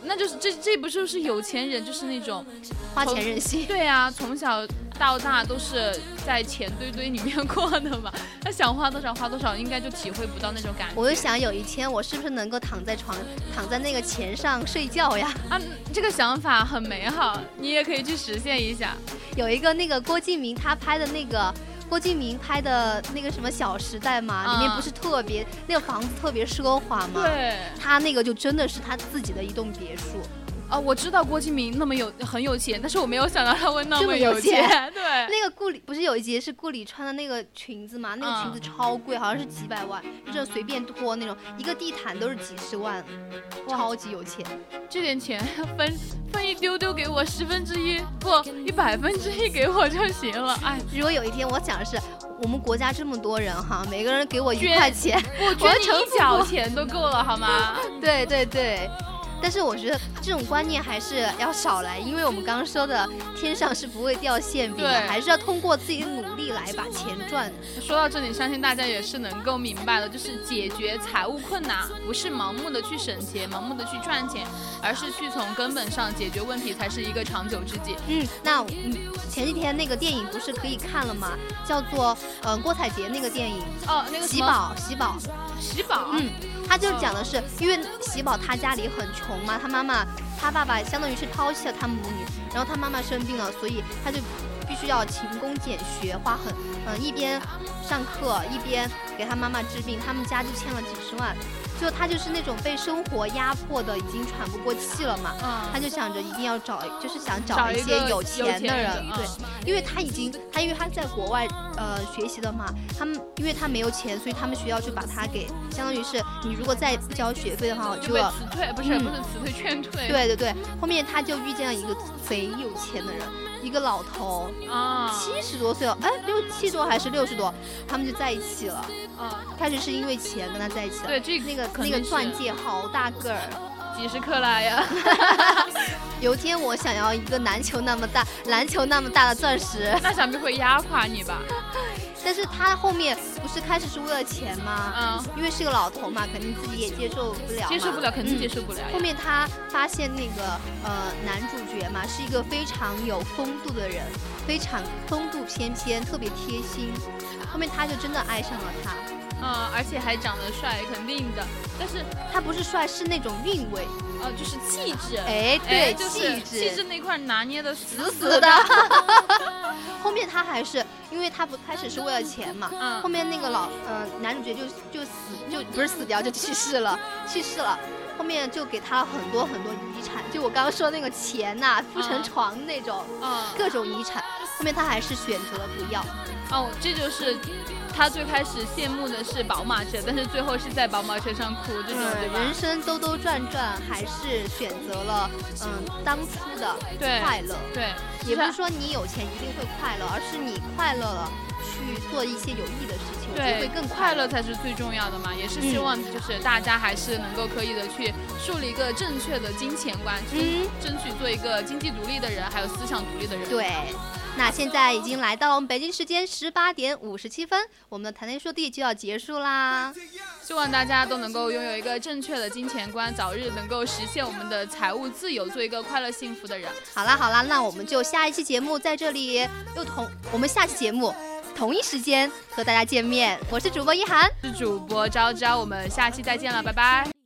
那就是这这不就是有钱人，就是那种花钱任性。 对啊，从小到大都是在钱堆堆里面过的嘛，他想花多少花多少，应该就体会不到那种感觉。 我就想有一天我是不是能够躺在床躺在那个钱上睡觉呀？ 啊，这个想法很美好，你也可以去实现一下。 有一个那个郭敬明他拍的那个。郭敬明拍的那个什么《小时代》嘛，嗯、里面不是特别那个房子特别奢华嘛？ 对， 他那个就真的是他自己的一栋别墅。 啊，我知道郭敬明那么有很有钱，但是我没有想到他会那么有钱。对， 那个顾里不是有一集是顾里穿的那个裙子嘛？那个裙子超贵，嗯、好像是几百万，就是随便脱那种，一个地毯都是几十万，超级有钱。 这点钱分分一丢丢给我，十分之一不一百分之一给我就行了。哎， 如果有一天我想的是，我们国家这么多人哈，每个人给我一块钱， 我捐你一角钱都够了，好吗？ 对对对。但是我觉得这种观念还是要少来，因为我们刚刚说的天上是不会掉馅饼的，还是要通过自己的努力来把钱赚。 说到这里，相信大家也是能够明白的，就是解决财务困难，不是盲目的去省钱，盲目的去赚钱，而是去从根本上解决问题，才是一个长久之计。 嗯，那嗯前几天那个电影不是可以看了吗？叫做呃郭采洁那个电影哦，那个喜宝喜宝喜宝， 嗯。他就讲的是，因为喜宝他家里很穷嘛，他妈妈他爸爸相当于是抛弃了他母女，然后他妈妈生病了，所以他就必须要勤工俭学，花很嗯、呃、一边上课一边给他妈妈治病，他们家就欠了几十万。就他就是那种被生活压迫的已经喘不过气了嘛，嗯、他就想着一定要找，就是想找一些有钱的人，对，嗯、因为他已经他因为他在国外呃学习的嘛，他们因为他没有钱，所以他们学校就把他给相当于是你如果再不交学费的话， 就被辞退，不是、嗯、不是辞退劝退， 对对对，后面他就遇见了一个贼有钱的人。一个老头啊，七十多岁了，哎，六七多还是六十多，他们就在一起了。啊，开始是因为钱跟他在一起的。 对，这那个那个钻戒好大个儿， 几十克拉呀。 有天我想要一个篮球那么大、篮球那么大的钻石， 那想必会压垮你吧？ 但是他后面不是开始是为了钱吗？ 嗯， 因为是个老头嘛，肯定自己也接受不了， 接受不了，肯定接受不了、 嗯。后面他发现那个呃男主角嘛，是一个非常有风度的人，非常风度翩翩，特别贴心。后面他就真的爱上了他。 嗯，而且还长得帅，肯定的。但是他不是帅，是那种韵味， 哦、呃，就是气质。 哎，对， 哎、就是气质， 气质那块拿捏的死死的。后面他还是，因为他不开始是为了钱嘛，嗯，后面那个老呃男主角就就死就不是死掉就去世了，去世了。后面就给他很多很多遗产，就我刚刚说那个钱呐、啊，铺成床那种，嗯，各种遗产。后面他还是选择了不要。 哦，这就是他最开始羡慕的是宝马车，但是最后是在宝马车上哭，这种、嗯、对吧？ 人生兜兜转转，还是选择了嗯当初的快乐。 对， 对也不是说你有钱一定会快乐，而是你快乐了，去做一些有益的事情， 对， 会更快乐才是最重要的嘛。也是希望就是大家还是能够可以的去树立一个正确的金钱观，嗯，争取做一个经济独立的人，还有思想独立的人。 对。那现在已经来到了我们北京时间十八点五十七分，我们的谈天说地就要结束啦。 希望大家都能够拥有一个正确的金钱观，早日能够实现我们的财务自由，做一个快乐幸福的人。 好啦好啦，那我们就下一期节目在这里又同我们下期节目同一时间和大家见面。我是主播一涵， 是主播昭昭，我们下期再见了，拜拜。